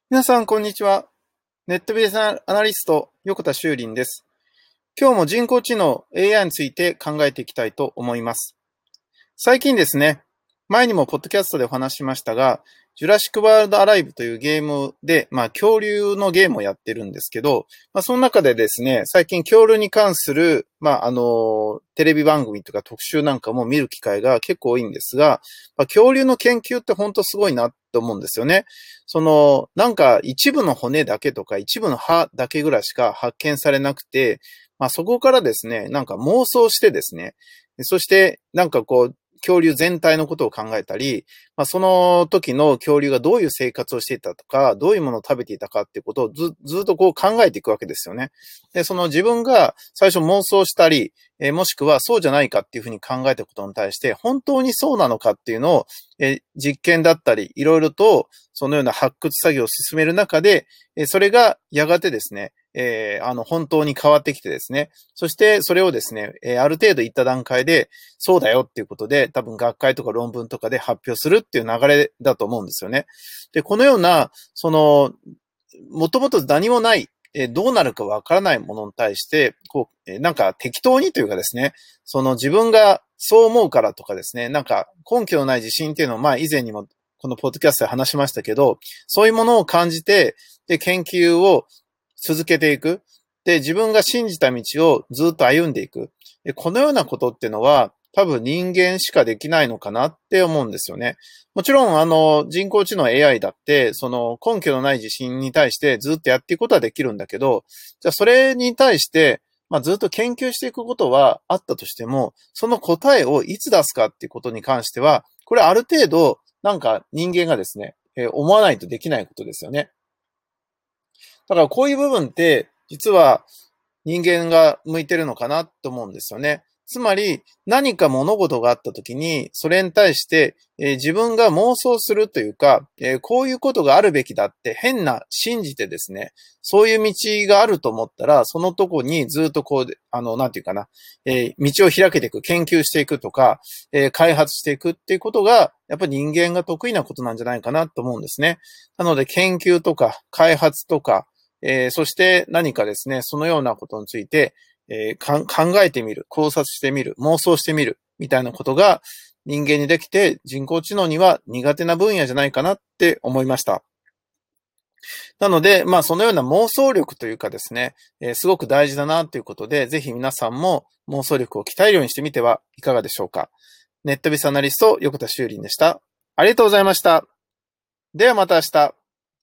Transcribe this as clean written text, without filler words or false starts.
皆さん、こんにちは。ネットビジネスアナリスト、横田修林です。今日も人工知能 AI について考えていきたいと思います。最近ですね、前にもポッドキャストでお話ししましたが、ジュラシックワールドアライブというゲームで、恐竜のゲームをやってるんですけど、その中でですね、最近恐竜に関する、テレビ番組とか特集なんかも見る機会が結構多いんですが、恐竜の研究って本当すごいなと思うんですよね。なんか一部の骨だけとか一部の歯だけぐらいしか発見されなくて、そこからですね、なんか妄想してですね、そして、恐竜全体のことを考えたり、その時の恐竜がどういう生活をしていたとか、どういうものを食べていたかっていうことをずっとこう考えていくわけですよね。で、その自分が最初妄想したり、もしくはそうじゃないかっていうふうに考えたことに対して、本当にそうなのかっていうのを、実験だったり、いろいろとそのような発掘作業を進める中で、それがやがてですね、本当に変わってきてですね、そしてそれをですね、ある程度いった段階で、そうだよっていうことで、多分学会とか論文とかで発表するっていう流れだと思うんですよね。で、このような、もともと何もない、どうなるかわからないものに対して、なんか適当にというかですね、その自分がそう思うからとかですね、なんか根拠のない自信っていうのを、以前にもこのポッドキャストで話しましたけど、そういうものを感じて、で、研究を続けていく。で、自分が信じた道をずっと歩んでいく。で、このようなことっていうのは、多分人間しかできないのかなって思うんですよね。もちろん、人工知能 AI だって、その根拠のない自信に対してずっとやっていくことはできるんだけど、じゃあそれに対して、ずっと研究していくことはあったとしても、その答えをいつ出すかっていうことに関しては、これある程度、なんか人間がですね、思わないとできないことですよね。だからこういう部分って、実は人間が向いてるのかなと思うんですよね。つまり、何か物事があった時に、それに対して、自分が妄想するというか、こういうことがあるべきだって変な信じてですね、そういう道があると思ったら、そのとこにずっとこう、なんていうかな、道を開けていく、研究していくとか、開発していくっていうことが、やっぱり人間が得意なことなんじゃないかなと思うんですね。なので、研究とか開発とか、そして何かですね、そのようなことについて、考えてみる、考察してみる、妄想してみる、みたいなことが人間にできて人工知能には苦手な分野じゃないかなって思いました。なので、そのような妄想力というかですね、すごく大事だなということで、ぜひ皆さんも妄想力を鍛えるようにしてみてはいかがでしょうか。ネットビスアナリスト、横田修林でした。ありがとうございました。ではまた明日。